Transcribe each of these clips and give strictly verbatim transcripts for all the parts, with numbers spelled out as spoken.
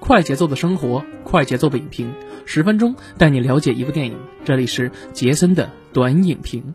快节奏的生活，快节奏的影评，十分钟带你了解一部电影。这里是杰森的短影评。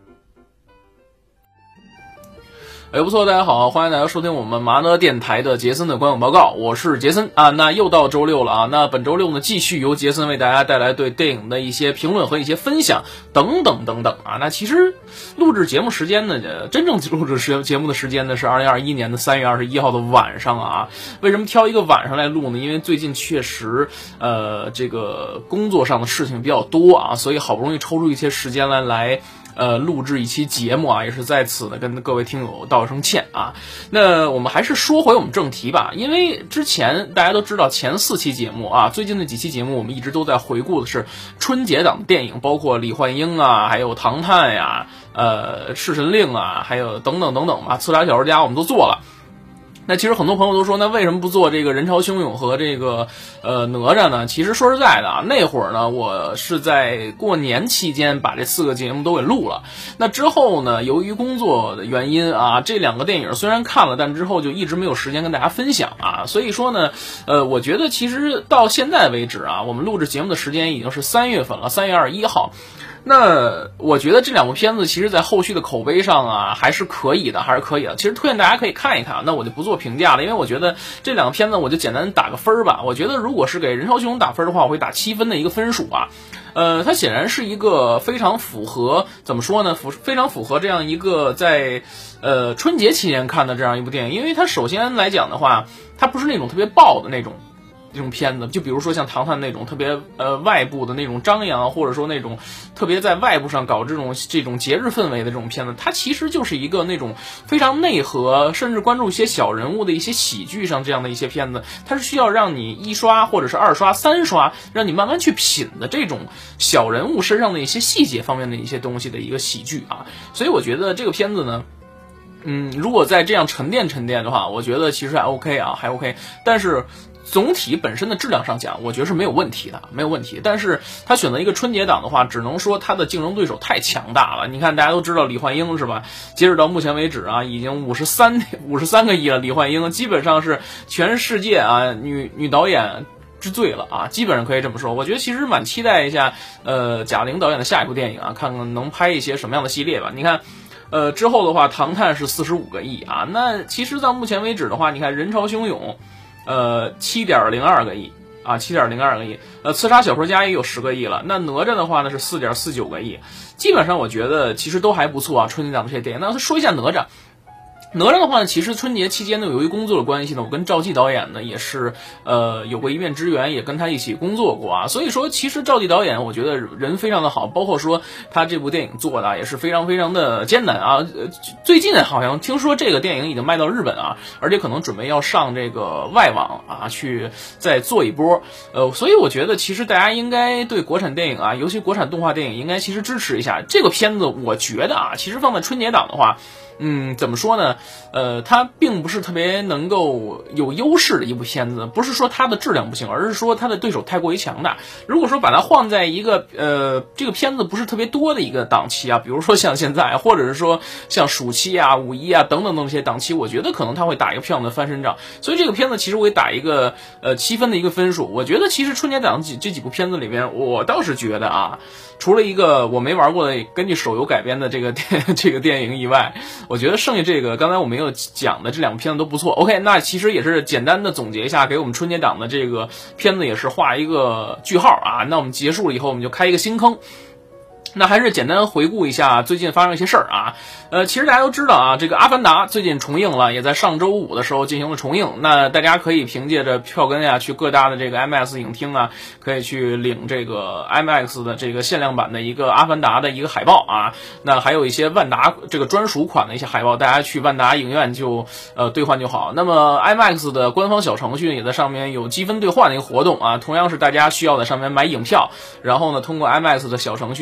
哎，不错，大家好，欢迎大家收听我们麻呢电台的杰森的观影报告，我是杰森啊。那又到周六了啊，那本周六呢，继续由杰森为大家带来对电影的一些评论和一些分享等等等等啊。那其实录制节目时间呢，真正录制时节目的时间呢是二零二一年的三月二十一号的晚上啊。为什么挑一个晚上来录呢？因为最近确实呃这个工作上的事情比较多啊，所以好不容易抽出一些时间来来。呃，录制一期节目啊，也是在此呢跟各位听友道一声歉啊。那我们还是说回我们正题吧，因为之前大家都知道前四期节目啊，最近的几期节目我们一直都在回顾的是春节档的电影，包括李焕英啊，还有唐探呀、呃，侍神令啊，还有等等等等吧，刺杀小说家我们都做了。那其实很多朋友都说，那为什么不做这个人潮汹涌和这个呃哪吒呢？其实说实在的啊，那会儿呢，我是在过年期间把这四个节目都给录了。那之后呢，由于工作的原因啊，这两个电影虽然看了，但之后就一直没有时间跟大家分享啊。所以说呢，呃，我觉得其实到现在为止啊，我们录制节目的时间已经是三月份了，三月二十一号。那我觉得这两部片子其实在后续的口碑上啊还是可以的，还是可以的。其实推荐大家可以看一看，那我就不做评价了，因为我觉得这两个片子我就简单打个分吧。我觉得如果是给人潮汹涌打分的话，我会打七分的一个分数啊。呃，它显然是一个非常符合怎么说呢？符非常符合这样一个在呃春节期间看的这样一部电影，因为它首先来讲的话，它不是那种特别爆的那种。这种片子，就比如说像唐探那种特别呃外部的那种张扬，或者说那种特别在外部上搞这种这种节日氛围的这种片子，它其实就是一个那种非常内核，甚至关注一些小人物的一些喜剧上这样的一些片子，它是需要让你一刷或者是二刷三刷，让你慢慢去品的这种小人物身上的一些细节方面的一些东西的一个喜剧啊。所以我觉得这个片子呢。嗯，如果再这样沉淀沉淀的话，我觉得其实还 OK 啊，还 OK。但是总体本身的质量上讲，我觉得是没有问题的，没有问题。但是他选择一个春节档的话，只能说他的竞争对手太强大了。你看，大家都知道李焕英是吧？截止到目前为止啊，已经五十三五十三个亿了。李焕英基本上是全世界啊女女导演之最了啊，基本上可以这么说。我觉得其实蛮期待一下，呃，贾玲导演的下一部电影啊，看看能拍一些什么样的系列吧。你看。呃，之后的话，唐探是四十五个亿啊。那其实到目前为止的话，你看人潮汹涌，呃，七点零二个亿啊，七点零二个亿。呃，刺杀小说家也有十个亿了。那哪吒的话呢是四点四九个亿。基本上我觉得其实都还不错啊，春节档这些电影。那说一下哪吒。哪吒的话呢，其实春节期间呢，由于工作的关系呢，我跟赵季导演呢也是呃有过一面之缘，也跟他一起工作过啊。所以说，其实赵季导演我觉得人非常的好，包括说他这部电影做的也是非常非常的艰难啊。呃，最近好像听说这个电影已经卖到日本啊，而且可能准备要上这个外网啊去再做一波。呃，所以我觉得其实大家应该对国产电影啊，尤其国产动画电影，应该其实支持一下这个片子。我觉得啊，其实放在春节档的话。嗯，怎么说呢？呃，它并不是特别能够有优势的一部片子，不是说它的质量不行，而是说它的对手太过于强大。如果说把它放在一个呃这个片子不是特别多的一个档期啊，比如说像现在，或者是说像暑期啊、五一啊等等等这些档期，我觉得可能它会打一个漂亮的翻身仗。所以这个片子其实我也打一个呃七分的一个分数。我觉得其实春节档几这几部片子里边，我倒是觉得啊，除了一个我没玩过的根据手游改编的这个电这个电影以外。我觉得剩下这个刚才我没有讲的这两部片子都不错 OK， 那其实也是简单的总结一下，给我们春节档的这个片子也是画一个句号啊。那我们结束了以后，我们就开一个新坑。那还是简单回顾一下最近发生一些事儿啊，呃，其实大家都知道啊，这个《阿凡达》最近重映了，也在上周五的时候进行了重映。那大家可以凭借着票根呀，去各大的这个 I M A X 影厅啊，可以去领这个 I M A X 的这个限量版的一个《阿凡达》的一个海报啊。那还有一些万达这个专属款的一些海报，大家去万达影院就呃兑换就好。那么 I M A X 的官方小程序也在上面有积分兑换的一个活动啊，同样是大家需要在上面买影票，然后呢通过 I M A X 的小程序呢官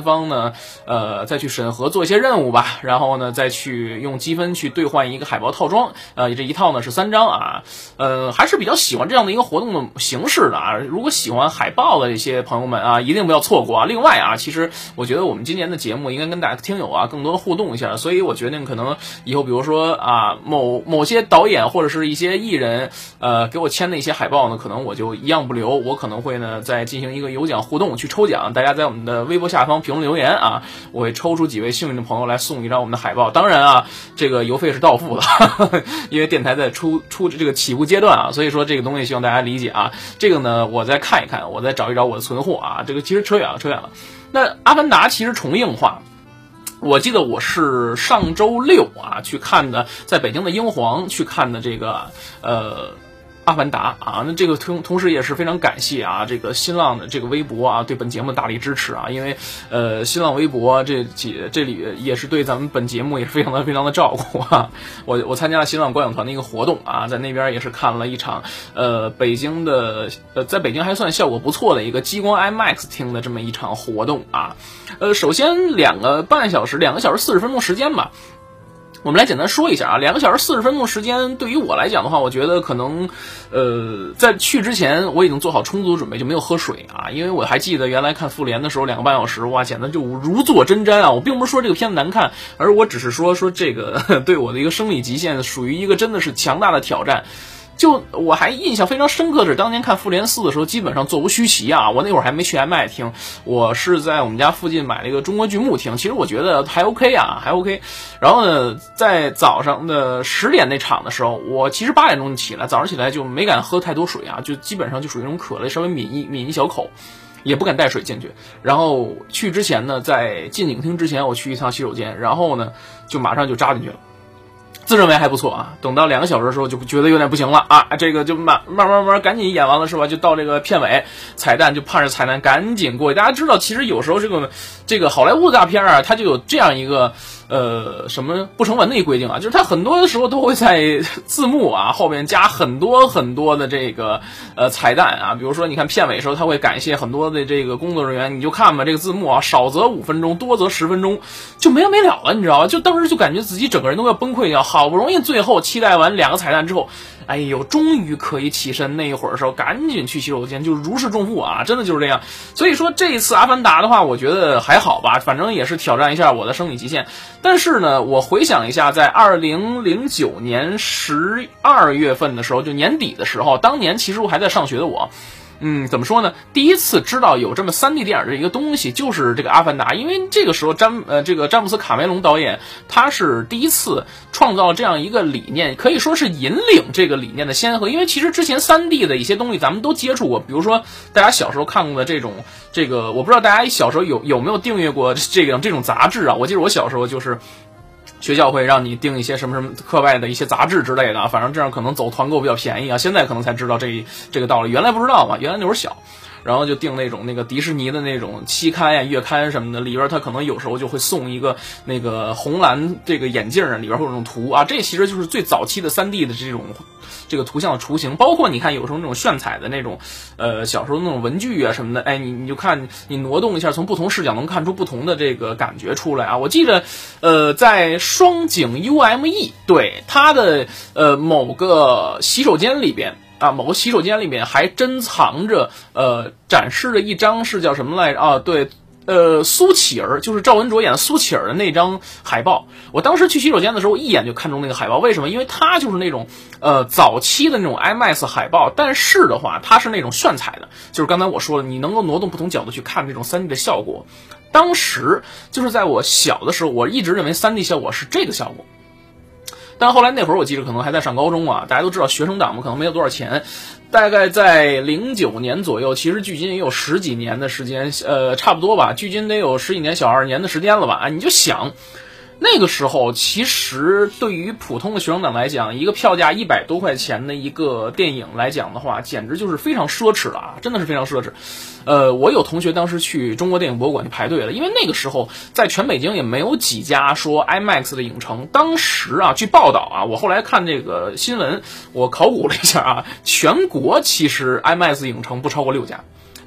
官方呢，呃，再去审核做一些任务吧，然后呢，再去用积分去兑换一个海报套装，呃，这一套呢是三张啊，呃，还是比较喜欢这样的一个活动的形式的啊。如果喜欢海报的这些朋友们啊，一定不要错过啊。另外啊，其实我觉得我们今年的节目应该跟大家听友啊更多的互动一下，所以我决定可能以后比如说啊，某某些导演或者是一些艺人，呃，给我签的一些海报呢，可能我就一样不留，我可能会呢再进行一个有奖互动去抽奖，大家在我们的微博下方评论留言啊，我会抽出几位幸运的朋友来送一张我们的海报。当然啊，这个邮费是到付的，呵呵，因为电台在出出这个起步阶段啊，所以说这个东西希望大家理解啊。这个呢，我再看一看，我再找一找我的存货啊。这个其实扯远了，扯远了。那《阿凡达》其实重映化。我记得我是上周六啊去看的，在北京的英皇去看的这个呃阿凡达啊，那这个同同时也是非常感谢啊这个新浪的这个微博啊对本节目大力支持啊，因为呃新浪微博这几这里也是对咱们本节目也是非常的非常的照顾啊。我我参加了新浪观影团的一个活动啊，在那边也是看了一场呃北京的呃在北京还算效果不错的一个激光 IMAX 厅的这么一场活动啊。呃首先两个半小时两个小时四十分钟时间吧。我们来简单说一下啊，两个小时四十分钟时间，对于我来讲的话，我觉得可能，呃，在去之前我已经做好充足的准备，就没有喝水啊，因为我还记得原来看复联的时候两个半小时，哇，简直就如坐针毡啊！我并不是说这个片子难看，而我只是说说这个对我的一个生理极限属于一个真的是强大的挑战。就我还印象非常深刻的是，当年看复联四的时候，基本上座无虚席啊。我那会儿还没去 IMAX 厅，我是在我们家附近买了一个中国剧目厅，其实我觉得还 OK 啊，还 OK。然后呢，在早上的十点那场的时候，我其实八点钟起来，早上起来就没敢喝太多水啊，就基本上就属于那种渴了稍微抿一抿一小口，也不敢带水进去。然后去之前呢，在进影厅之前，我去一趟洗手间，然后呢，就马上就扎进去了。自认为还不错啊，等到两个小时的时候就觉得有点不行了啊，这个就慢慢慢慢赶紧演完了是吧？就到这个片尾彩蛋，就盼着彩蛋赶紧过去。大家知道，其实有时候这个这个好莱坞的大片啊，它就有这样一个呃什么不成文的一规定啊，就是它很多的时候都会在字幕啊后面加很多很多的这个呃彩蛋啊，比如说你看片尾的时候，他会感谢很多的这个工作人员，你就看吧，这个字幕啊少则五分钟，多则十分钟，就没完没了了，你知道吧？就当时就感觉自己整个人都要崩溃掉。好不容易最后期待完两个彩蛋之后，哎呦，终于可以起身，那一会儿的时候赶紧去洗手间，就如释重负啊，真的就是这样。所以说这一次阿凡达的话，我觉得还好吧，反正也是挑战一下我的生理极限。但是呢，我回想一下，在二零零九年十二月份的时候，就年底的时候，当年其实我还在上学的我。嗯，怎么说呢？第一次知道有这么 三 D 电影的一个东西，就是这个《阿凡达》，因为这个时候詹呃这个詹姆斯卡梅隆导演他是第一次创造这样一个理念，可以说是引领这个理念的先河。因为其实之前 三 D 的一些东西咱们都接触过，比如说大家小时候看过的这种这个，我不知道大家小时候有有没有订阅过这个这种杂志啊？我记得我小时候就是。学校会让你订一些什么什么课外的一些杂志之类的，反正这样可能走团购比较便宜啊。现在可能才知道这这个道理，原来不知道嘛，原来那会儿小。然后就订那种那个迪士尼的那种期刊呀、月刊什么的，里边它可能有时候就会送一个那个红蓝这个眼镜，里边会有这种图啊，这其实就是最早期的 三 D 的这种这个图像的雏形。包括你看有时候那种炫彩的那种呃小时候那种文具啊什么的，哎你你就看你挪动一下，从不同视角能看出不同的这个感觉出来啊。我记得呃在双井 U M E 对它的呃某个洗手间里边。啊，某个洗手间里面还珍藏着，呃，展示了一张是叫什么来着？啊，对，呃，苏乞儿，就是赵文卓演的苏乞儿的那张海报。我当时去洗手间的时候，一眼就看中那个海报，为什么？因为它就是那种，呃，早期的那种 IMAX 海报，但是的话，它是那种炫彩的，就是刚才我说的，你能够挪动不同角度去看这种 三 D 的效果。当时就是在我小的时候，我一直认为 三 D 效果是这个效果。但后来那会儿我记得可能还在上高中啊，大家都知道学生党嘛，可能没有多少钱，大概在零九年左右，其实距今也有十几年的时间，呃，差不多吧，距今得有十几年小二年的时间了吧，啊，你就想。那个时候，其实对于普通的学生党来讲，一个票价一百多块钱的一个电影来讲的话，简直就是非常奢侈了啊！真的是非常奢侈。呃，我有同学当时去中国电影博物馆去排队了，因为那个时候在全北京也没有几家说 IMAX 的影城。当时啊，据报道啊，我后来看这个新闻，我考古了一下啊，全国其实 IMAX 影城不超过六家。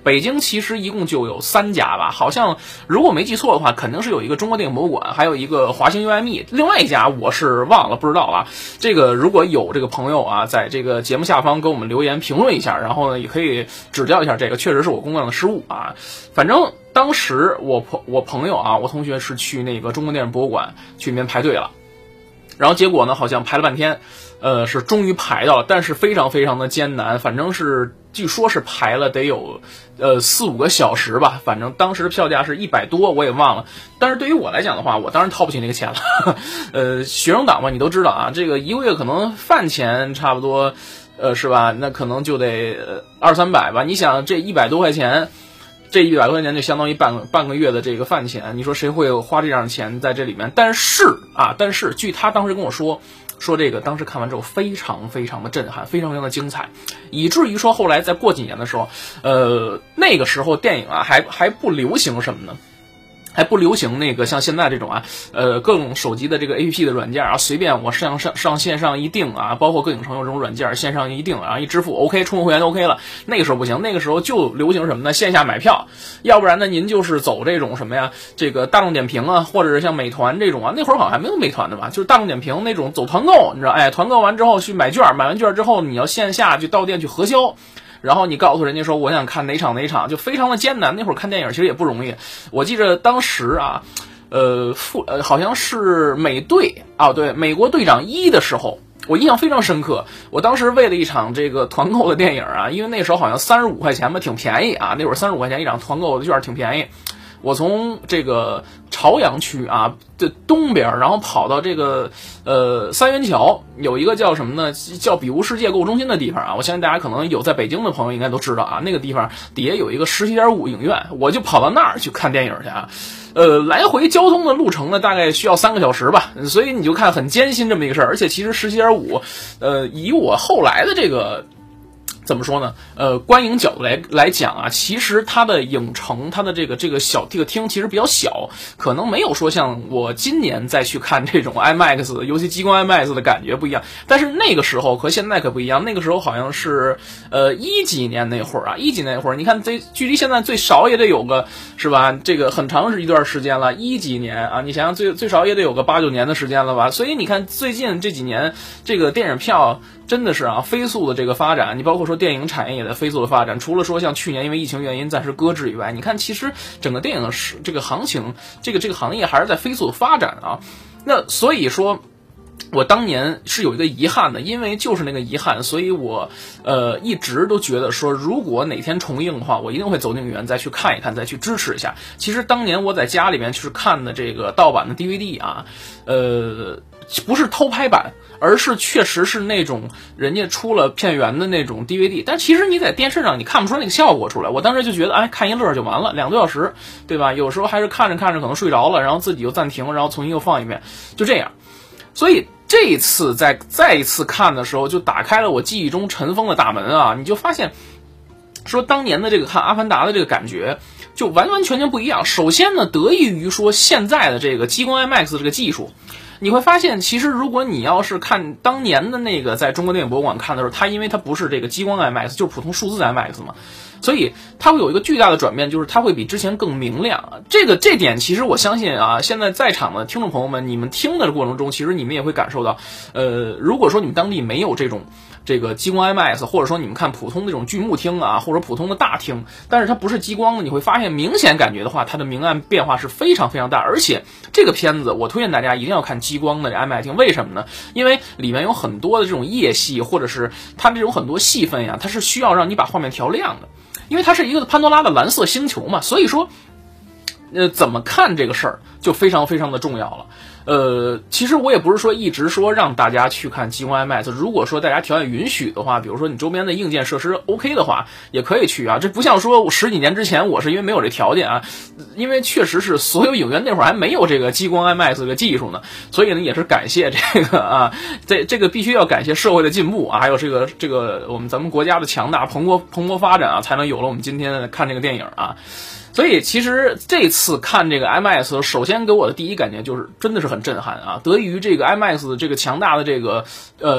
北京其实一共就有三家吧，好像如果没记错的话，肯定是有一个中国电影博物馆，还有一个华星 U M E， 另外一家我是忘了，不知道啊。这个如果有这个朋友啊，在这个节目下方给我们留言评论一下，然后呢也可以指教一下，这个确实是我公关的失误啊。反正当时我朋我朋友啊，我同学是去那个中国电影博物馆去里面排队了，然后结果呢好像排了半天，呃是终于排到了，但是非常非常的艰难，反正是据说是排了得有呃四五个小时吧，反正当时的票价是一百多，我也忘了。但是对于我来讲的话，我当然掏不起那个钱了。呃，学生党嘛，你都知道啊，这个一个月可能饭钱差不多，呃是吧？那可能就得二三百吧。你想这一百多块钱。这一百多块钱就相当于半个半个月的这个饭钱，你说谁会花这样的钱在这里面？但是啊，但是据他当时跟我说，说这个当时看完之后非常非常的震撼，非常非常的精彩，以至于说后来再过几年的时候，呃，那个时候电影啊还还不流行什么呢？还不流行那个像现在这种啊，呃，各种手机的这个 A P P 的软件啊，随便我上上上线上一订啊，包括各影城有这种软件，线上一订，然后一支付 OK， 充个会员就 OK 了。那个时候不行，那个时候就流行什么呢？线下买票，要不然呢，您就是走这种什么呀？这个大众点评啊，或者是像美团这种啊，那会儿好像还没有美团的吧？就是大众点评那种走团购，你知道，哎，团购完之后去买券，买完券之后你要线下去到店去核销。然后你告诉人家说我想看哪场哪场，就非常的艰难。那会儿看电影其实也不容易。我记着当时啊，呃，副呃好像是美队啊，对，美国队长一的时候，我印象非常深刻。我当时为了一场这个团购的电影啊，因为那时候好像三十五块钱吧，挺便宜啊。那会儿三十五块钱一张团购的券挺便宜。我从这个朝阳区啊的东边，然后跑到这个呃三元桥，有一个叫什么呢？叫比物世界购物中心的地方啊。我相信大家可能有在北京的朋友应该都知道啊，那个地方底下有一个十七点五影院，我就跑到那儿去看电影去啊。呃，来回交通的路程呢，大概需要三个小时吧，所以你就看很艰辛这么一个事儿。而且其实十七点五，呃，以我后来的这个。怎么说呢？呃，观影角度来来讲啊，其实它的影城，它的这个这个小这个厅其实比较小，可能没有说像我今年再去看这种 IMAX， 尤其激光 IMAX 的感觉不一样。但是那个时候和现在可不一样，那个时候好像是呃一几年那会儿啊，一几年那会儿，你看这距离现在最少也得有个是吧？这个很长是一段时间了，一几年啊，你想想最最少也得有个八九年的时间了吧？所以你看最近这几年这个电影票。真的是啊，飞速的这个发展，你包括说电影产业也在飞速的发展。除了说像去年因为疫情原因暂时搁置以外，你看其实整个电影的这个行情，这个这个行业还是在飞速的发展啊。那所以说。我当年是有一个遗憾的，因为就是那个遗憾，所以我呃一直都觉得说，如果哪天重映的话，我一定会走进影院再去看一看，再去支持一下。其实当年我在家里面去看的这个盗版的 D V D 啊，呃，不是偷拍版，而是确实是那种人家出了片源的那种 D V D， 但其实你在电视上你看不出那个效果出来。我当时就觉得，哎，看一乐就完了，两个多小时，对吧？有时候还是看着看着可能睡着了，然后自己又暂停，然后重新又放一遍，就这样。所以这一次在再一次看的时候，就打开了我记忆中尘封的大门啊！你就发现，说当年的这个看《阿凡达》的这个感觉，就完完全全不一样。首先呢，得益于说现在的这个激光 IMAX 的这个技术。你会发现，其实如果你要是看当年的那个在中国电影博物馆看的时候，它因为它不是这个激光 IMAX， 就是普通数字 IMAX 嘛，所以它会有一个巨大的转变，就是它会比之前更明亮。这个这点其实我相信啊，现在在场的听众朋友们，你们听的过程中，其实你们也会感受到，呃，如果说你们当地没有这种这个激光 IMAX， 或者说你们看普通那种巨幕厅啊，或者普通的大厅，但是它不是激光的，你会发现明显感觉的话，它的明暗变化是非常非常大。而且这个片子我推荐大家一定要看激光的 IMAX 厅，为什么呢？因为里面有很多的这种夜戏，或者是它这种很多戏份呀，它是需要让你把画面调亮的，因为它是一个潘多拉的蓝色星球嘛，所以说呃，怎么看这个事儿就非常非常的重要了。呃，其实我也不是说一直说让大家去看激光 IMAX， 如果说大家条件允许的话，比如说你周边的硬件设施 OK 的话，也可以去啊。这不像说我十几年之前我是因为没有这条件啊，因为确实是所有影院那会儿还没有这个激光 IMAX 这个技术呢，所以呢也是感谢这个啊，这这个必须要感谢社会的进步啊，还有这个这个我们咱们国家的强大蓬勃蓬勃发展啊，才能有了我们今天看这个电影啊。所以其实这次看这个 IMAX， 首先给我的第一感觉就是真的是很震撼啊！得益于这个 IMAX 这个强大的这个呃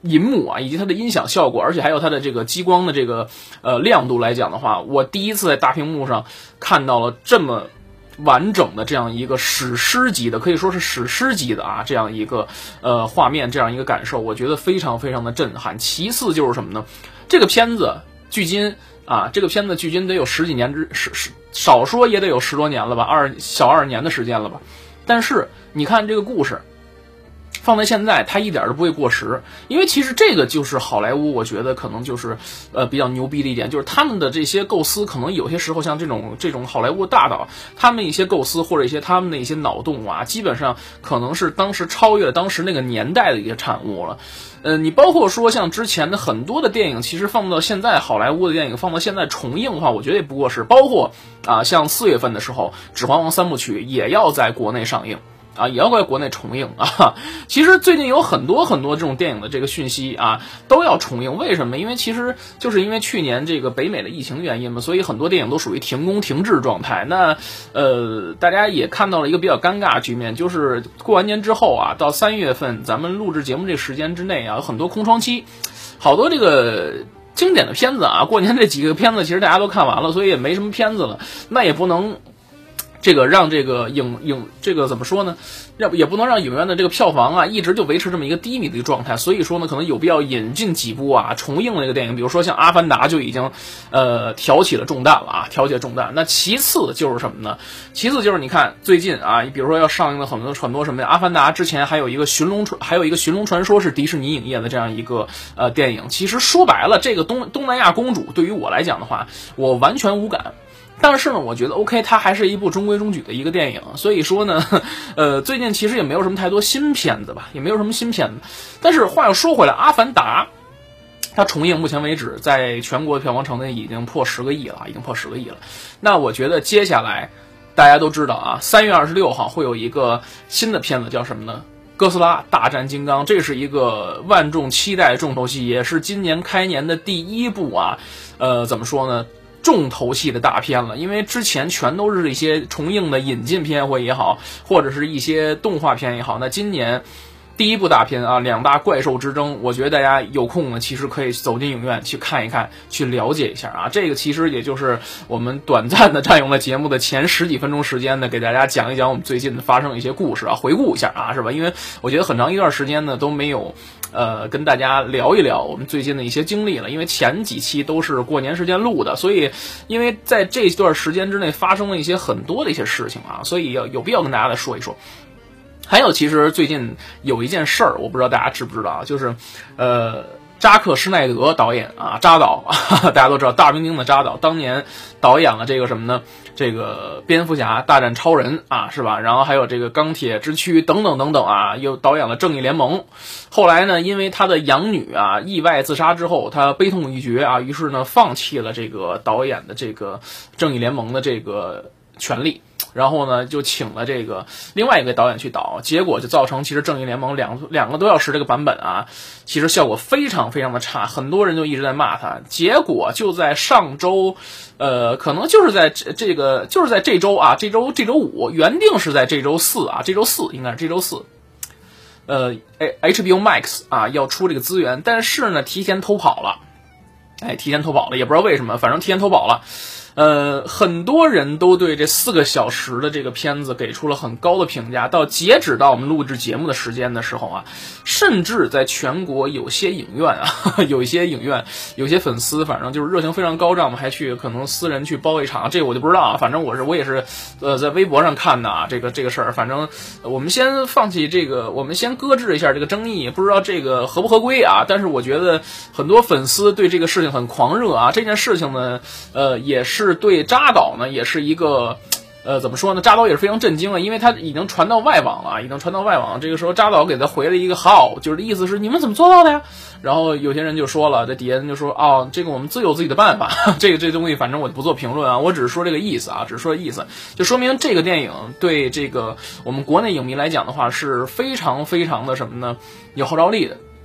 银幕啊，以及它的音响效果，而且还有它的这个激光的这个呃亮度来讲的话，我第一次在大屏幕上看到了这么完整的这样一个史诗级的，可以说是史诗级的啊，这样一个呃画面，这样一个感受，我觉得非常非常的震撼。其次就是什么呢？这个片子距今啊，这个片子距今得有十几年之十十少说也得有十多年了吧，二小二年的时间了吧。但是你看这个故事放在现在，它一点都不会过时，因为其实这个就是好莱坞，我觉得可能就是呃比较牛逼的一点，就是他们的这些构思，可能有些时候像这种这种好莱坞大导，他们一些构思或者一些他们的一些脑洞啊，基本上可能是当时超越了当时那个年代的一些产物了。呃，你包括说像之前的很多的电影，其实放到现在好莱坞的电影放到现在重映的话，我觉得也不过时。包括啊，像四月份的时候，《指环王》三部曲也要在国内上映。啊，也要在国内重映啊！其实最近有很多很多这种电影的这个讯息啊，都要重映。为什么？因为其实就是因为去年这个北美的疫情原因嘛，所以很多电影都属于停工停滞状态。那呃，大家也看到了一个比较尴尬的局面，就是过完年之后啊，到三月份咱们录制节目这个时间之内啊，有很多空窗期，好多这个经典的片子啊，过年这几个片子其实大家都看完了，所以也没什么片子了，那也不能。这个让这个影影这个怎么说呢？让也不能让影院的这个票房啊一直就维持这么一个低迷的一个状态，所以说呢，可能有必要引进几部啊重映的这个电影，比如说像《阿凡达》就已经呃挑起了重担了啊，挑起了重担。那其次就是什么呢？其次就是你看最近啊，比如说要上映的很多很多什么呀，《阿凡达》之前还有一个寻龙传，还有一个寻龙传说是迪士尼影业的这样一个呃电影。其实说白了，这个东东南亚公主对于我来讲的话，我完全无感。但是呢，我觉得 OK， 它还是一部中规中矩的一个电影，所以说呢，呃，最近其实也没有什么太多新片子吧，也没有什么新片子。但是话又说回来，《阿凡达》它重映，目前为止在全国的票房成绩已经破十个亿了，已经破十个亿了。那我觉得接下来大家都知道啊，三月二十六号会有一个新的片子，叫什么呢？哥斯拉大战金刚，这是一个万众期待的重头戏，也是今年开年的第一部啊，呃，怎么说呢？重头戏的大片了，因为之前全都是一些重映的引进片或也好，或者是一些动画片也好。那今年第一部大片啊，两大怪兽之争，我觉得大家有空呢，其实可以走进影院去看一看，去了解一下啊。这个其实也就是我们短暂的占用了节目的前十几分钟时间呢，给大家讲一讲我们最近发生的一些故事啊，回顾一下啊，是吧？因为我觉得很长一段时间呢都没有。呃，跟大家聊一聊我们最近的一些经历了，因为前几期都是过年时间录的，所以因为在这段时间之内发生了一些很多的一些事情啊，所以要有必要跟大家来说一说。还有，其实最近有一件事儿，我不知道大家知不知道啊，就是呃。扎克施耐德导演啊，扎导，大家都知道大名鼎鼎的扎导，当年导演了这个什么呢？这个蝙蝠侠大战超人啊，是吧？然后还有这个钢铁之躯等等等等啊，又导演了正义联盟。后来呢，因为他的养女啊意外自杀之后，他悲痛欲绝啊，于是呢放弃了这个导演的这个正义联盟的这个权利。然后呢，就请了这个另外一个导演去导，结果就造成其实正义联盟两两个多小时这个版本啊，其实效果非常非常的差，很多人就一直在骂他。结果就在上周，呃，可能就是在这这个就是在这周啊，这周这周五，原定是在这周四啊，这周四应该是这周四，呃 ，H B O Max 啊要出这个资源，但是呢提前偷跑了，哎，提前偷跑了，也不知道为什么，反正提前偷跑了。呃，很多人都对这四个小时的这个片子给出了很高的评价。到截止到我们录制节目的时间的时候啊，甚至在全国有些影院啊，有一些影院，有些粉丝，反正就是热情非常高涨嘛，还去可能私人去包一场，这个我就不知道啊。反正我是我也是，呃，在微博上看的啊，这个这个事儿。反正我们先放弃这个，我们先搁置一下这个争议，不知道这个合不合规啊。但是我觉得很多粉丝对这个事情很狂热啊。这件事情呢，呃，也是。是对扎导呢，也是一个，呃，怎么说呢？扎导也是非常震惊了，因为他已经传到外网了，已经传到外网。这个时候，扎导给他回了一个 how， 就是意思是你们怎么做到的呀？然后有些人就说了，这底下人就说，哦，这个我们自有自己的办法。这个这东西，反正我就不做评论啊，我只是说这个意思啊，只是说意思，就说明这个电影对这个我们国内影迷来讲的话，是非常非常的什么呢？有号召力的。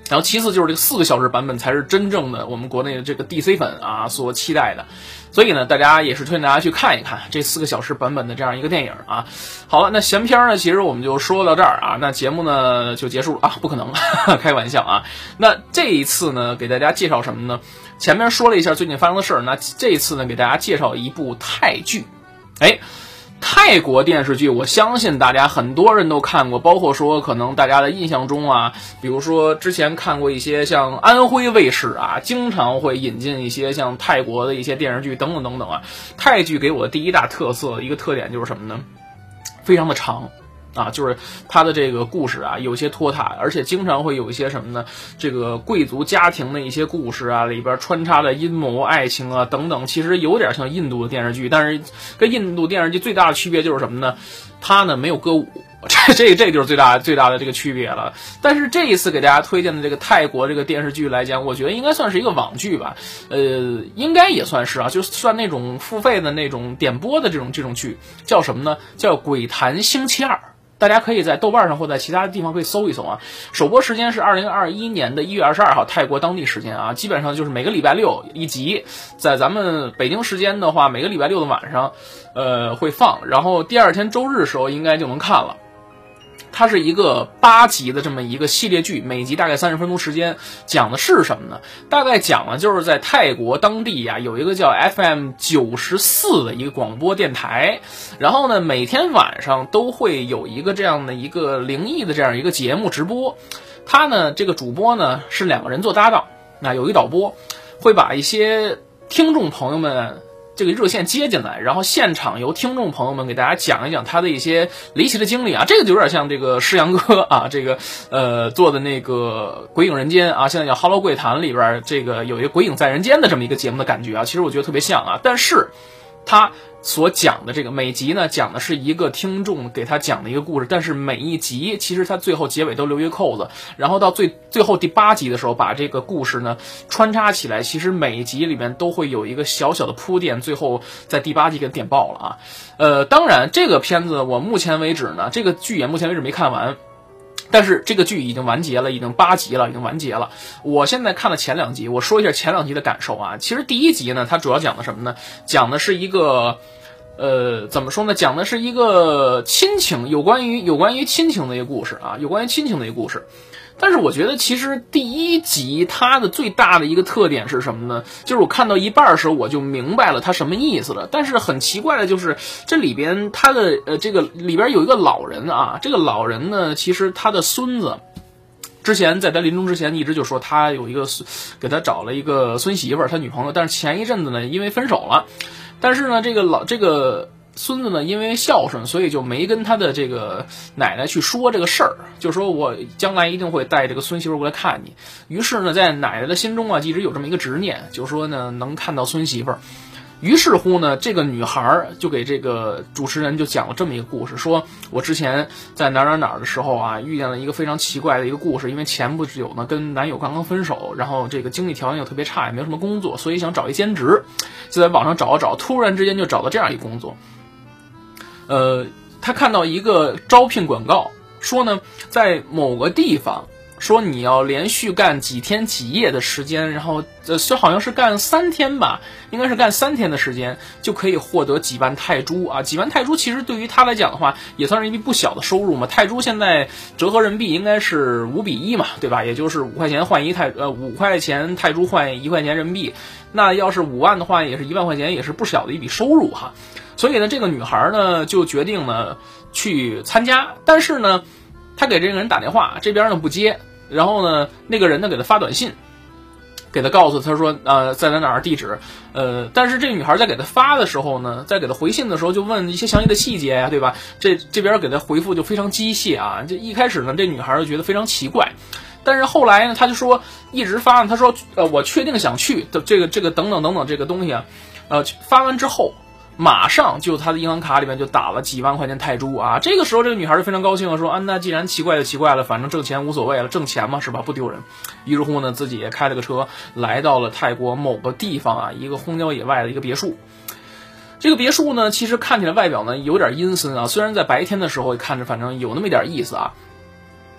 然后其次就是这个四个小时版本才是真正的我们国内的这个 D C 粉啊所期待的，所以呢，大家也是推荐大家去看一看这四个小时版本的这样一个电影啊。好了，那闲篇呢，其实我们就说到这儿啊，那节目呢就结束了啊，不可能，开玩笑啊。那这一次呢，给大家介绍什么呢？前面说了一下最近发生的事儿，那这一次呢，给大家介绍一部泰剧，哎。泰国电视剧，我相信大家很多人都看过，包括说可能大家的印象中啊，比如说之前看过一些像安徽卫视啊，经常会引进一些像泰国的一些电视剧等等等等啊。泰剧给我的第一大特色，一个特点就是什么呢？非常的长。啊，就是他的这个故事啊，有些拖沓，而且经常会有一些什么呢？这个贵族家庭的一些故事啊，里边穿插的阴谋、爱情啊等等，其实有点像印度的电视剧，但是跟印度电视剧最大的区别就是什么呢？它呢没有歌舞，这这这就是最大最大的这个区别了。但是这一次给大家推荐的这个泰国这个电视剧来讲，我觉得应该算是一个网剧吧，呃，应该也算是啊，就算那种付费的那种点播的这种这种剧，叫什么呢？叫《鬼谈星期二》。大家可以在豆瓣上或在其他地方可以搜一搜啊。首播时间是二零二一年的一月二十二号，泰国当地时间啊，基本上就是每个礼拜六一集，在咱们北京时间的话，每个礼拜六的晚上，呃会放，然后第二天周日的时候应该就能看了。它是一个八集的这么一个系列剧，每集大概三十分钟时间，讲的是什么呢？大概讲了就是在泰国当地呀、啊，有一个叫 F M 九十四的一个广播电台，然后呢，每天晚上都会有一个这样的一个灵异的这样一个节目直播。他呢，这个主播呢是两个人做搭档，那有一导播会把一些听众朋友们这个热线接进来，然后现场由听众朋友们给大家讲一讲他的一些离奇的经历啊，这个就有点像这个施阳哥啊，这个呃做的那个鬼影人间啊，现在叫 Hello 柜谈里边这个有一个鬼影在人间的这么一个节目的感觉啊，其实我觉得特别像啊，但是他所讲的这个每集呢，讲的是一个听众给他讲的一个故事，但是每一集其实他最后结尾都留一个扣子，然后到最最后第八集的时候，把这个故事呢穿插起来，其实每一集里面都会有一个小小的铺垫，最后在第八集给点爆了啊。呃，当然这个片子我目前为止呢，这个剧也目前为止没看完。但是这个剧已经完结了，已经八集了，已经完结了。我现在看了前两集，我说一下前两集的感受啊。其实第一集呢，它主要讲的什么呢？讲的是一个，呃，怎么说呢？讲的是一个亲情，有关于有关于亲情的一个故事啊，有关于亲情的一个故事。但是我觉得其实第一集它的最大的一个特点是什么呢？就是我看到一半的时候我就明白了它什么意思了。但是很奇怪的就是这里边它的呃这个里边有一个老人啊，这个老人呢其实他的孙子之前在他临终之前一直就说他有一个给他找了一个孙媳妇儿，他女朋友，但是前一阵子呢因为分手了，但是呢这个老这个孙子呢因为孝顺，所以就没跟他的这个奶奶去说这个事儿，就说我将来一定会带这个孙媳妇过来看你。于是呢在奶奶的心中啊一直有这么一个执念，就说呢能看到孙媳妇。于是乎呢这个女孩就给这个主持人就讲了这么一个故事，说我之前在哪哪哪的时候啊遇见了一个非常奇怪的一个故事，因为前不久呢跟男友刚刚分手，然后这个经济条件又特别差，也没有什么工作，所以想找一兼职，就在网上找一找，突然之间就找到这样一个工作。呃，他看到一个招聘广告，说呢，在某个地方，说你要连续干几天几夜的时间，然后呃，就好像是干三天吧，应该是干三天的时间，就可以获得几万泰铢啊！几万泰铢其实对于他来讲的话，也算是一笔不小的收入嘛。泰铢现在折合人民币应该是五比一嘛，对吧？也就是五块钱换一泰呃五块钱泰铢换一块钱人民币，那要是五万的话，也是一万块钱，也是不小的一笔收入哈。所以呢，这个女孩呢就决定呢去参加，但是呢，她给这个人打电话，这边呢不接，然后呢，那个人呢给她发短信，给她告诉她说，呃，在哪哪儿地址，呃，但是这个女孩在给她发的时候呢，在给她回信的时候就问一些详细的细节呀，对吧？这这边给她回复就非常机械啊，这一开始呢，这女孩就觉得非常奇怪。但是后来呢，她就说一直发，她说，呃，我确定想去的这个这个等等等等这个东西啊，呃，发完之后。马上就他的银行卡里面就打了几万块钱泰铢啊！这个时候这个女孩就非常高兴了，说啊，那既然奇怪就奇怪了，反正挣钱无所谓了，挣钱嘛是吧，不丢人。于是乎呢，自己也开了个车来到了泰国某个地方啊，一个荒郊野外的一个别墅。这个别墅呢，其实看起来外表呢有点阴森啊，虽然在白天的时候看着反正有那么一点意思啊。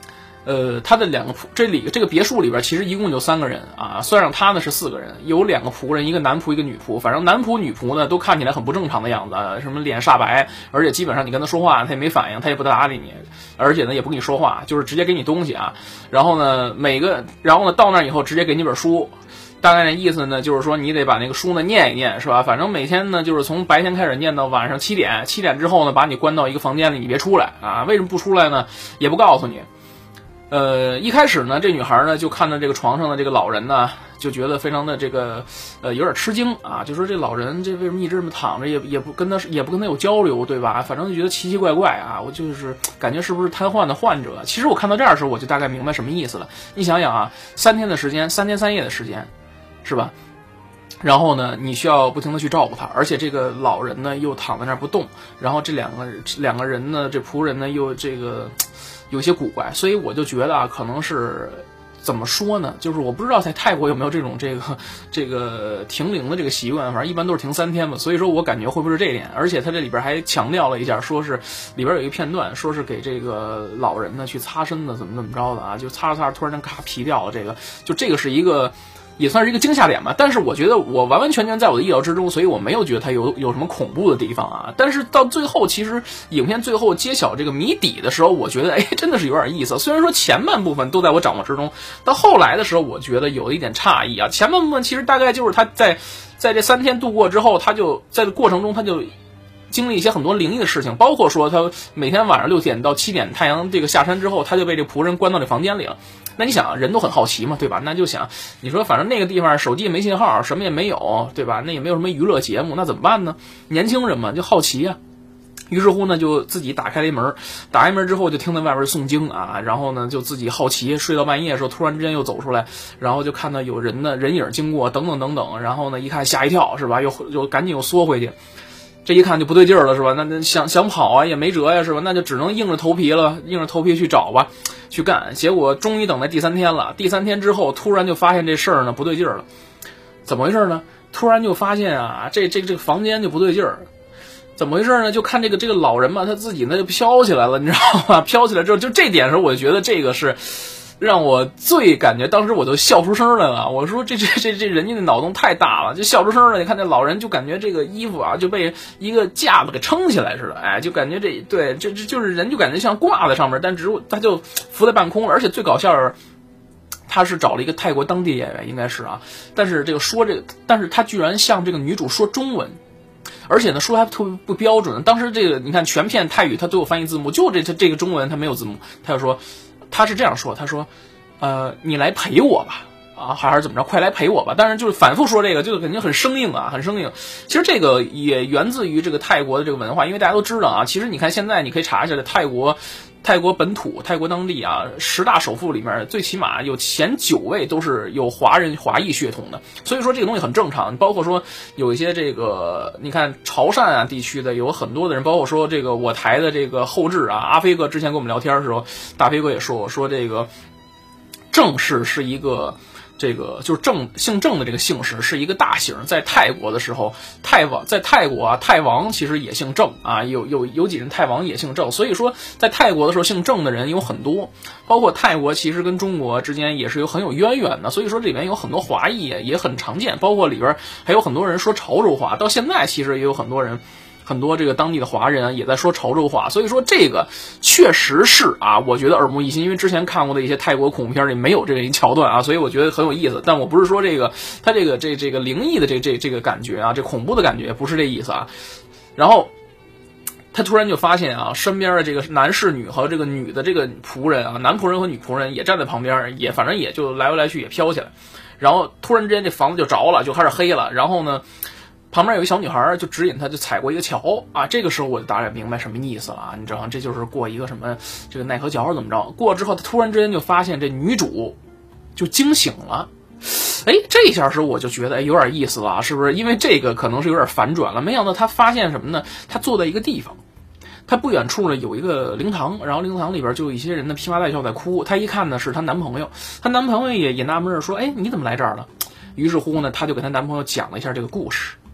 呃，他的两个仆这里这个别墅里边其实一共就三个人啊，算上他呢是四个人，有两个仆人，一个男仆一个女仆，反正男仆女仆呢都看起来很不正常的样子，什么脸煞白，而且基本上你跟他说话他也没反应，他也不搭理你，而且呢也不跟你说话，就是直接给你东西啊。然后呢每个然后呢到那以后直接给你本书。大概那意思呢，就是说你得把那个书呢念一念，是吧？反正每天呢，就是从白天开始念到晚上七点，七点之后呢，把你关到一个房间里，你别出来啊！为什么不出来呢？也不告诉你。呃，一开始呢，这女孩呢就看到这个床上的这个老人呢，就觉得非常的这个呃有点吃惊啊，就说这老人这为什么一直这么躺着，也也不跟他也不跟他有交流，对吧？反正就觉得奇奇怪怪啊，我就是感觉是不是瘫痪的患者？其实我看到这儿的时候，我就大概明白什么意思了。你想想啊，三天的时间，三天三夜的时间。是吧？然后呢，你需要不停的去照顾他，而且这个老人呢又躺在那儿不动，然后这两个两个人呢，这仆人呢又这个有些古怪，所以我就觉得啊，可能是怎么说呢？就是我不知道在泰国有没有这种这个这个停灵的这个习惯，反正一般都是停三天嘛，所以说我感觉会不会是这一点？而且他这里边还强调了一下，说是里边有一个片段，说是给这个老人呢去擦身的，怎么怎么着的啊？就擦着擦着，突然间咔皮掉了，这个就这个是一个。也算是一个惊吓点吧，但是我觉得我完完全全在我的意料之中，所以我没有觉得它有有什么恐怖的地方啊。但是到最后，其实影片最后揭晓这个谜底的时候，我觉得哎，真的是有点意思。虽然说前半部分都在我掌握之中，到后来的时候，我觉得有一点诧异啊。前半部分其实大概就是他在在这三天度过之后，他就在这过程中他就。经历一些很多灵异的事情，包括说他每天晚上六点到七点太阳这个下山之后，他就被这仆人关到这房间里了。那你想，人都很好奇嘛，对吧？那就想，你说反正那个地方手机也没信号，什么也没有，对吧？那也没有什么娱乐节目，那怎么办呢？年轻人嘛，就好奇啊。于是乎呢，就自己打开了一门，打开门之后就听到外边诵经啊，然后呢就自己好奇，睡到半夜的时候突然之间又走出来，然后就看到有人的人影经过，等等等等，然后呢一看吓一跳，是吧？又又赶紧又缩回去。这一看就不对劲儿了，是吧？那那想想跑啊也没辙呀，是吧？那就只能硬着头皮了，硬着头皮去找吧，去干。结果终于等到第三天了，第三天之后，突然就发现这事儿呢不对劲儿了。怎么回事呢？突然就发现啊，这这这个房间就不对劲儿。怎么回事呢？就看这个这个老人嘛，他自己呢就飘起来了，你知道吗？飘起来之后，就这点的时候，我就觉得这个是。让我最感觉，当时我就笑出声来了。我说这这这这人家的脑洞太大了，就笑出声来。你看这老人就感觉这个衣服啊就被一个架子给撑起来似的，哎，就感觉这对这这就是人就感觉像挂在上面，但只有他就浮在半空了。而且最搞笑是，他是找了一个泰国当地演员，应该是啊，但是这个说这个，但是他居然向这个女主说中文。而且呢，说还特别不标准。当时这个你看全片泰语他都有翻译字幕，就这这这个中文他没有字幕，他就说。他是这样说，他说，呃，你来陪我吧，啊，还是怎么着？快来陪我吧！当然就是反复说这个，就肯定很生硬啊，很生硬。其实这个也源自于这个泰国的这个文化，因为大家都知道啊，其实你看现在你可以查一下，泰国。泰国本土、泰国当地啊，十大首富里面，最起码有前九位都是有华人、华裔血统的，所以说这个东西很正常。包括说有一些这个，你看潮汕啊地区的有很多的人，包括说这个我台的这个后置啊，阿飞哥之前跟我们聊天的时候，大飞哥也说，我说这个郑氏是一个。这个就是郑姓郑的这个姓氏是一个大姓，在泰国的时候，泰王在泰国啊，泰王其实也姓郑啊，有有有几任泰王也姓郑，所以说在泰国的时候姓郑的人有很多，包括泰国其实跟中国之间也是有很有渊源的，所以说这里面有很多华裔也很常见，包括里边还有很多人说潮州话，到现在其实也有很多人。很多这个当地的华人啊也在说潮州话，所以说这个确实是啊，我觉得耳目一新，因为之前看过的一些泰国恐怖片里没有这个一桥段啊，所以我觉得很有意思。但我不是说这个他这个这这个灵异的这这这个感觉啊，这恐怖的感觉不是这意思啊。然后他突然就发现啊，身边的这个男侍女和这个女的这个仆人啊，男仆人和女仆人也站在旁边，也反正也就来回来去也飘起来，然后突然之间这房子就着了，就开始黑了，然后呢。旁边有一个小女孩就指引他，就踩过一个桥啊。这个时候我就大概明白什么意思了啊，你知道吗？这就是过一个什么这个奈何桥怎么着？过之后，他突然之间就发现这女主就惊醒了。哎，这一下时候我就觉得哎有点意思了，是不是？因为这个可能是有点反转了。没想到他发现什么呢？他坐在一个地方，他不远处呢有一个灵堂，然后灵堂里边就有一些人呢披麻戴孝在哭。他一看呢是她男朋友，她男朋友也也纳闷说，哎，你怎么来这儿了？于是乎呢，她就给她男朋友讲了一下这个故事。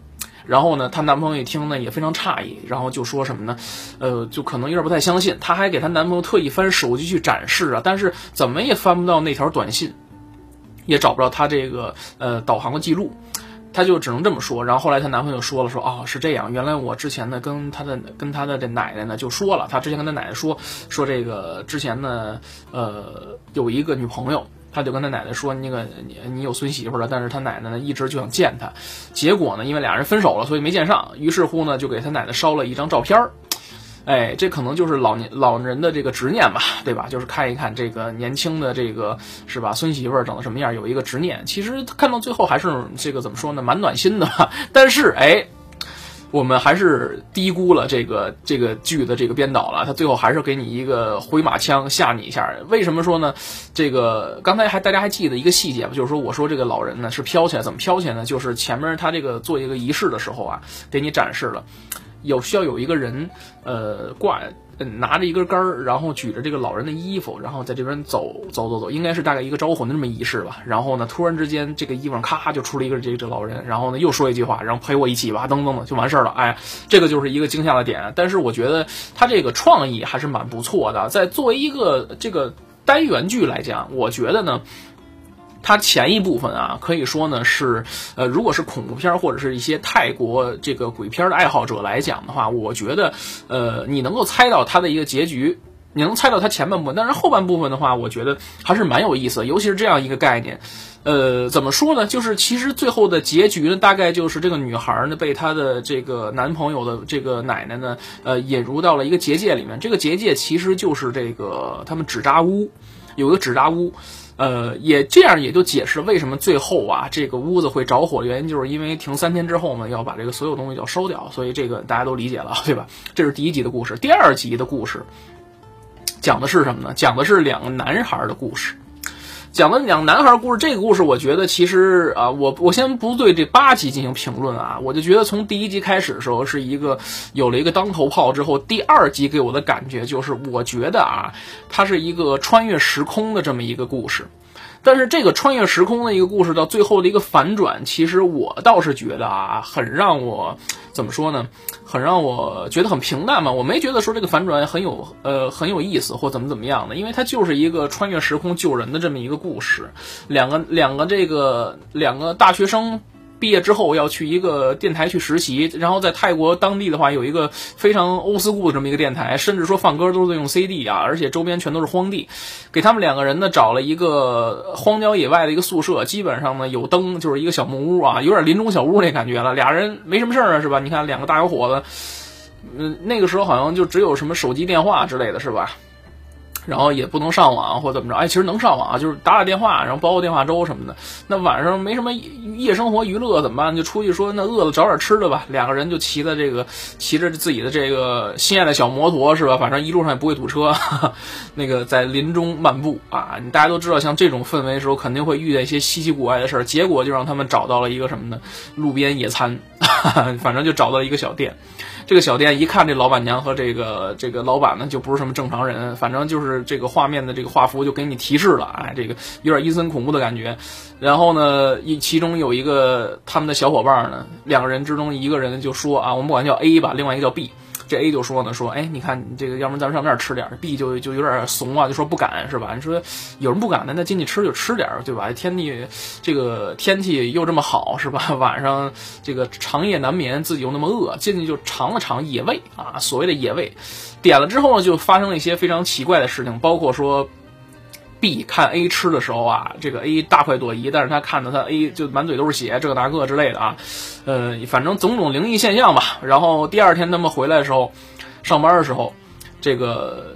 然后呢，她男朋友一听呢也非常诧异，然后就说什么呢？呃，就可能有点不太相信。她还给她男朋友特意翻手机去展示啊，但是怎么也翻不到那条短信，也找不到她这个呃导航的记录。她就只能这么说，然后后来她男朋友说了说，哦，是这样，原来我之前呢跟她的跟她的这奶奶呢就说了，她之前跟她奶奶说说这个之前呢呃有一个女朋友，他就跟他奶奶说，那个你你有孙媳妇了，但是他奶奶呢一直就想见他，结果呢因为俩人分手了，所以没见上，于是乎呢就给他奶奶烧了一张照片儿。哎，这可能就是老年老人的这个执念吧，对吧？就是看一看这个年轻的这个是吧孙媳妇长得什么样，有一个执念。其实看到最后还是这个怎么说呢，蛮暖心的吧。但是哎，我们还是低估了这个这个剧的这个编导了，他最后还是给你一个回马枪吓你一下。为什么说呢？这个刚才还大家还记得一个细节吧，就是说我说这个老人呢是飘起来，怎么飘起来呢？就是前面他这个做一个仪式的时候啊，给你展示了。有需要有一个人，呃，挂拿着一根杆儿，然后举着这个老人的衣服，然后在这边走走走走，应该是大概一个招魂的这么仪式吧。然后呢，突然之间这个衣服上咔就出了一个这个这老人，然后呢又说一句话，然后陪我一起吧，噔噔的就完事儿了。哎，这个就是一个惊吓的点。但是我觉得他这个创意还是蛮不错的，在作为一个这个单元剧来讲，我觉得呢。它前一部分啊，可以说呢是，呃，如果是恐怖片或者是一些泰国这个鬼片的爱好者来讲的话，我觉得，呃，你能够猜到它的一个结局，你能猜到它前半部分，但是后半部分的话，我觉得还是蛮有意思的，尤其是这样一个概念，呃，怎么说呢？就是其实最后的结局呢，大概就是这个女孩呢被她的这个男朋友的这个奶奶呢，呃，引入到了一个结界里面，这个结界其实就是这个他们纸扎屋，有一个纸扎屋。呃，也这样也就解释为什么最后啊这个屋子会着火的原因，就是因为停三天之后呢，要把这个所有东西要收掉，所以这个大家都理解了，对吧？这是第一集的故事。第二集的故事讲的是什么呢？讲的是两个男孩的故事。讲的两个男孩故事，这个故事我觉得其实啊，我我先不对这八集进行评论啊，我就觉得从第一集开始的时候是一个有了一个当头炮之后，第二集给我的感觉就是，我觉得啊，它是一个穿越时空的这么一个故事。但是这个穿越时空的一个故事到最后的一个反转，其实我倒是觉得啊，很让我怎么说呢，很让我觉得很平淡嘛。我没觉得说这个反转很有呃很有意思或怎么怎么样的，因为它就是一个穿越时空救人的这么一个故事。两个两个这个两个大学生毕业之后要去一个电台去实习，然后在泰国当地的话有一个非常欧斯固的这么一个电台，甚至说放歌都是在用 C D 啊，而且周边全都是荒地。给他们两个人呢找了一个荒郊野外的一个宿舍，基本上呢有灯，就是一个小木屋啊，有点林中小屋那感觉了。俩人没什么事儿啊，是吧？你看两个大小伙子，嗯，那个时候好像就只有什么手机电话之类的，是吧？然后也不能上网或怎么着，哎，其实能上网啊，就是打打电话，然后煲个电话粥什么的。那晚上没什么夜生活娱乐怎么办？就出去说那饿了找点吃的吧。两个人就骑的这个骑着自己的这个心爱的小摩托是吧？反正一路上也不会堵车，哈哈，那个在林中漫步啊。大家都知道，像这种氛围的时候，肯定会遇见一些稀奇古怪的事儿。结果就让他们找到了一个什么呢？路边野餐，哈哈，反正就找到了一个小店。这个小店一看，这老板娘和这个这个老板呢，就不是什么正常人，反正就是这个画面的这个画幅就给你提示了，哎，这个有点阴森恐怖的感觉。然后呢，一其中有一个他们的小伙伴呢，两个人之中一个人就说啊，我们管叫 A 吧，另外一个叫 B。这 A 就说呢，说，哎，你看你这个，要不然咱们上那儿吃点。B 就就有点怂啊，就说不敢，是吧？你说有人不敢的，那进去吃就吃点，对吧？天气这个天气又这么好，是吧？晚上这个长夜难眠，自己又那么饿，进去就尝了尝野味啊，所谓的野味。点了之后呢，就发生了一些非常奇怪的事情，包括说。B 看 A 吃的时候啊，这个 A 大快朵颐，但是他看到他 A 就满嘴都是血，这个那个之类的啊，呃，反正种种灵异现象吧。然后第二天他们回来的时候，上班的时候，这个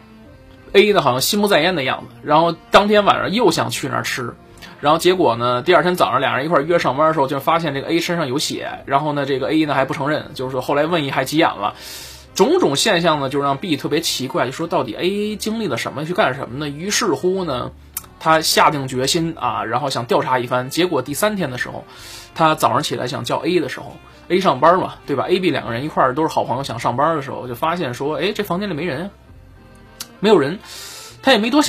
A 呢好像心不在焉的样子，然后当天晚上又想去那儿吃，然后结果呢，第二天早上俩人一块约上班的时候，就发现这个 A 身上有血，然后呢，这个 A 呢还不承认，就是后来问一还急眼了。种种现象呢，就让 B 特别奇怪，就说到底 A 经历了什么，去干什么呢？于是乎呢，他下定决心啊，然后想调查一番。结果第三天的时候，他早上起来想叫 A 的时候 ，A 上班嘛，对吧 ？A、B 两个人一块儿都是好朋友，想上班的时候，就发现说，哎，这房间里没人，没有人，他也没多想。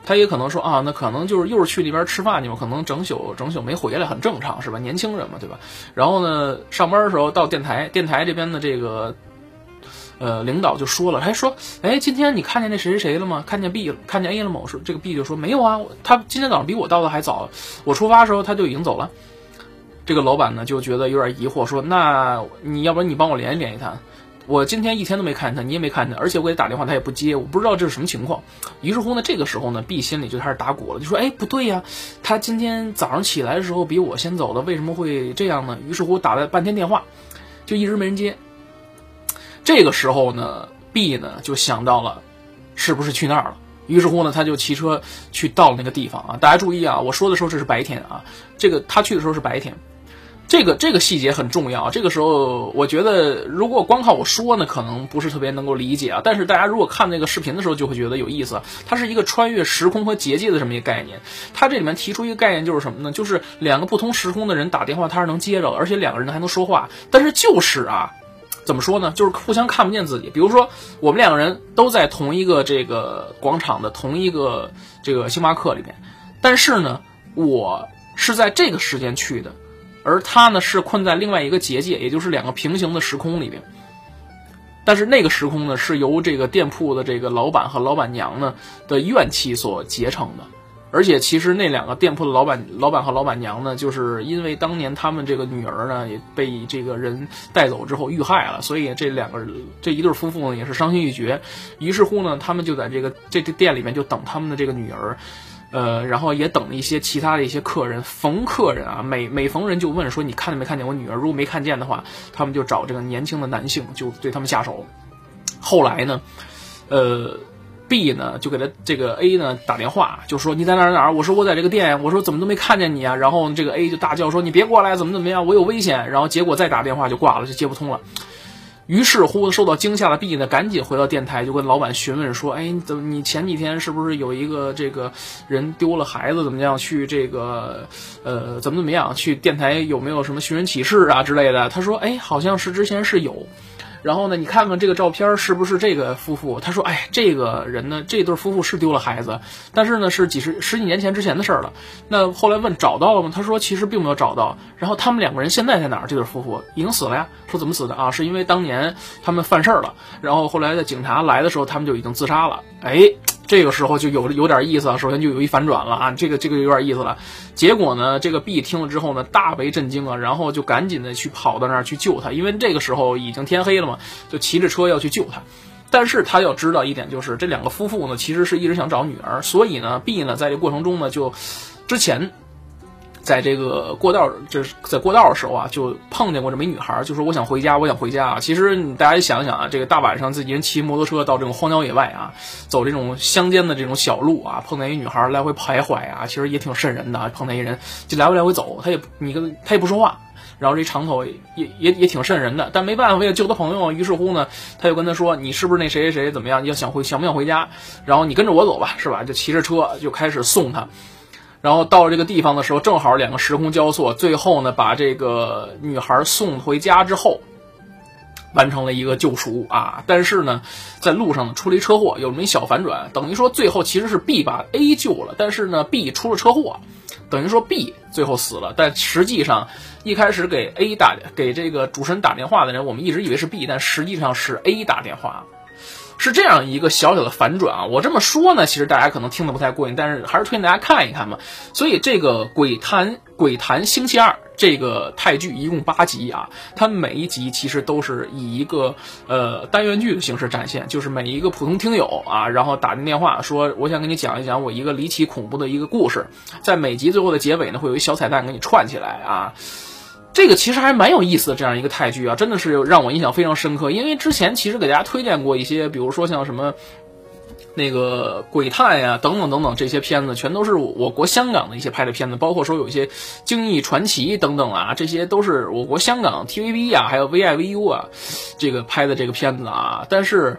他也可能说啊，那可能就是又是去那边吃饭去嘛，可能整宿整宿没回来，很正常是吧？年轻人嘛，对吧？然后呢，上班的时候到电台，电台这边的这个呃领导就说了，还说，哎，今天你看见那谁谁谁了吗？看见 B 了，看见 A 了吗？我说这个 B 就说没有啊，他今天早上比我到的还早，我出发的时候他就已经走了。这个老板呢就觉得有点疑惑，说那你要不然你帮我联系联系他，我今天一天都没看见他，你也没看见他，而且我给他打电话他也不接，我不知道这是什么情况。于是乎呢，这个时候呢 B 心里就开始打鼓了，就说哎不对呀，他今天早上起来的时候比我先走的，为什么会这样呢？于是乎打了半天电话，就一直没人接。这个时候呢 B 呢就想到了是不是去那儿了，于是乎呢他就骑车去到了那个地方啊。大家注意啊，我说的时候这是白天啊，这个他去的时候是白天。这个这个细节很重要，这个时候我觉得如果光靠我说呢，可能不是特别能够理解啊。但是大家如果看那个视频的时候，就会觉得有意思。它是一个穿越时空和结界的这么一个概念。它这里面提出一个概念就是什么呢？就是两个不同时空的人打电话，他是能接着的，而且两个人还能说话。但是就是啊，怎么说呢？就是互相看不见自己。比如说我们两个人都在同一个这个广场的同一个这个星巴克里面，但是呢，我是在这个时间去的。而他呢是困在另外一个结界，也就是两个平行的时空里边。但是那个时空呢是由这个店铺的这个老板和老板娘呢的怨气所结成的。而且其实那两个店铺的老板老板和老板娘呢，就是因为当年他们这个女儿呢也被这个人带走之后遇害了，所以这两个这一对夫妇呢也是伤心欲绝。于是乎呢，他们就在这个这这店里面就等他们的这个女儿。呃，然后也等了一些其他的一些客人，逢客人啊，每每逢人就问说你看见没看见我女儿？如果没看见的话，他们就找这个年轻的男性就对他们下手。后来呢，呃 ，B 呢就给他这个 A 呢打电话，就说你在哪儿哪儿？我说我在这个店，我说怎么都没看见你啊？然后这个 A 就大叫说你别过来，怎么怎么样？我有危险。然后结果再打电话就挂了，就接不通了。于是乎，受到惊吓的 B 呢，赶紧回到电台，就跟老板询问说：“哎，怎么你前几天是不是有一个这个人丢了孩子？怎么样去这个呃怎么怎么样？去电台有没有什么寻人启事啊之类的？”他说：“哎，好像是之前是有。”然后呢，你看看这个照片是不是这个夫妇？他说：“哎，这个人呢，这对夫妇是丢了孩子，但是呢是几十十几年前之前的事儿了。那后来问找到了吗？他说其实并没有找到。然后他们两个人现在在哪儿？这对夫妇已经死了呀。说怎么死的啊？是因为当年他们犯事儿了，然后后来的警察来的时候，他们就已经自杀了。哎。”这个时候就有有点意思了，首先就有一反转了啊，这个这个有点意思了。结果呢，这个 B 听了之后呢，大为震惊啊，然后就赶紧的去跑到那儿去救他，因为这个时候已经天黑了嘛，就骑着车要去救他。但是他要知道一点，就是这两个夫妇呢，其实是一直想找女儿，所以呢 ，B 呢在这过程中呢，就之前。在这个过道，这在过道的时候啊，就碰见过这么一女孩，就说我想回家，我想回家啊。其实大家想想啊，这个大晚上自己人骑摩托车到这种荒郊野外啊，走这种乡间的这种小路啊，碰见一女孩来回徘徊啊，其实也挺瘆人的。碰见一人就来回来回走，他也你跟他也不说话，然后这长头也也也挺瘆人的。但没办法，为了救他朋友，于是乎呢，他就跟他说：“你是不是那谁谁谁怎么样？要想回想不想回家？然后你跟着我走吧，是吧？”就骑着车就开始送他。然后到了这个地方的时候，正好两个时空交错，最后呢，把这个女孩送回家之后，完成了一个救赎啊。但是呢，在路上呢出了一车祸，有这么一小反转，等于说最后其实是 B 把 A 救了，但是呢 B 出了车祸，等于说 B 最后死了。但实际上一开始给 A 打给这个主持人打电话的人，我们一直以为是 B， 但实际上是 A 打电话。是这样一个小小的反转啊！我这么说呢，其实大家可能听得不太过瘾，但是还是推荐大家看一看嘛。所以这个《鬼谈鬼谈星期二》这个泰剧一共八集啊，它每一集其实都是以一个呃单元剧的形式展现，就是每一个普通听友啊，然后打进电话说我想跟你讲一讲我一个离奇恐怖的一个故事，在每集最后的结尾呢，会有一小彩蛋给你串起来啊。这个其实还蛮有意思的，这样一个泰剧啊，真的是让我印象非常深刻。因为之前其实给大家推荐过一些，比如说像什么那个鬼探呀、等等等等这些片子，全都是我国香港的一些拍的片子，包括说有一些惊异传奇等等啊，这些都是我国香港 T V B 啊，还有 V I V U 啊，这个拍的这个片子啊。但是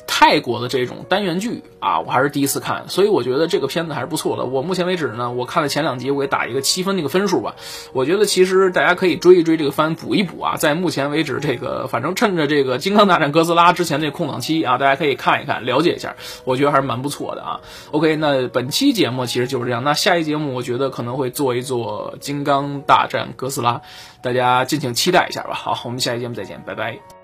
泰国的这种单元剧啊，我还是第一次看，所以我觉得这个片子还是不错的。我目前为止呢，我看了前两集，我给打一个七分那个分数吧。我觉得其实大家可以追一追这个番，补一补啊。在目前为止，这个反正趁着这个《金刚大战哥斯拉》之前这空档期啊，大家可以看一看，了解一下，我觉得还是蛮不错的啊。OK， 那本期节目其实就是这样。那下一节目我觉得可能会做一做《金刚大战哥斯拉》，大家敬请期待一下吧。好，我们下期节目再见，拜拜。